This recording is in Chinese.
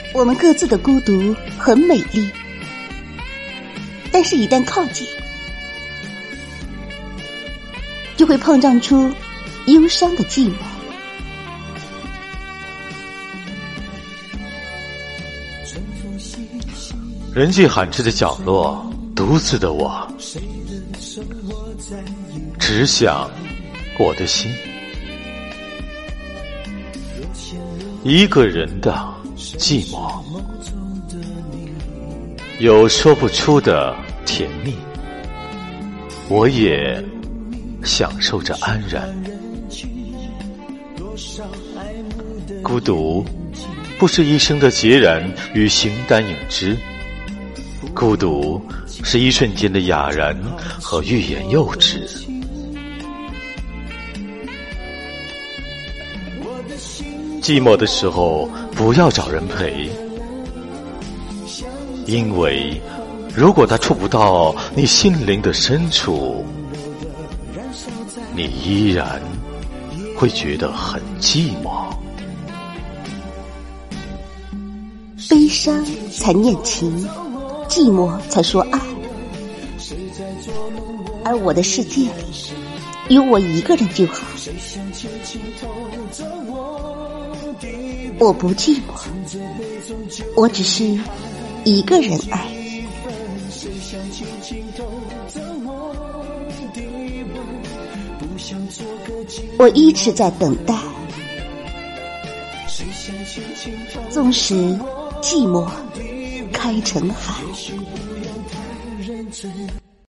我们各自的孤独很美丽，但是一旦靠近，就会碰撞出忧伤的寂寞。 人迹罕至的角落，独自的我，只想我的心，一个人的寂寞，有说不出的甜蜜，我也享受着安然。孤独不是一生的孑然与形单影只，孤独是一瞬间的哑然和欲言又止。寂寞的时候不要找人陪，因为如果他触不到你心灵的深处，你依然会觉得很寂寞。 悲伤才念情，寂寞才说爱，而我的世界里有我一个人就好。我不寂寞，我只是一个人爱。我一直在等待，纵使寂寞开成海。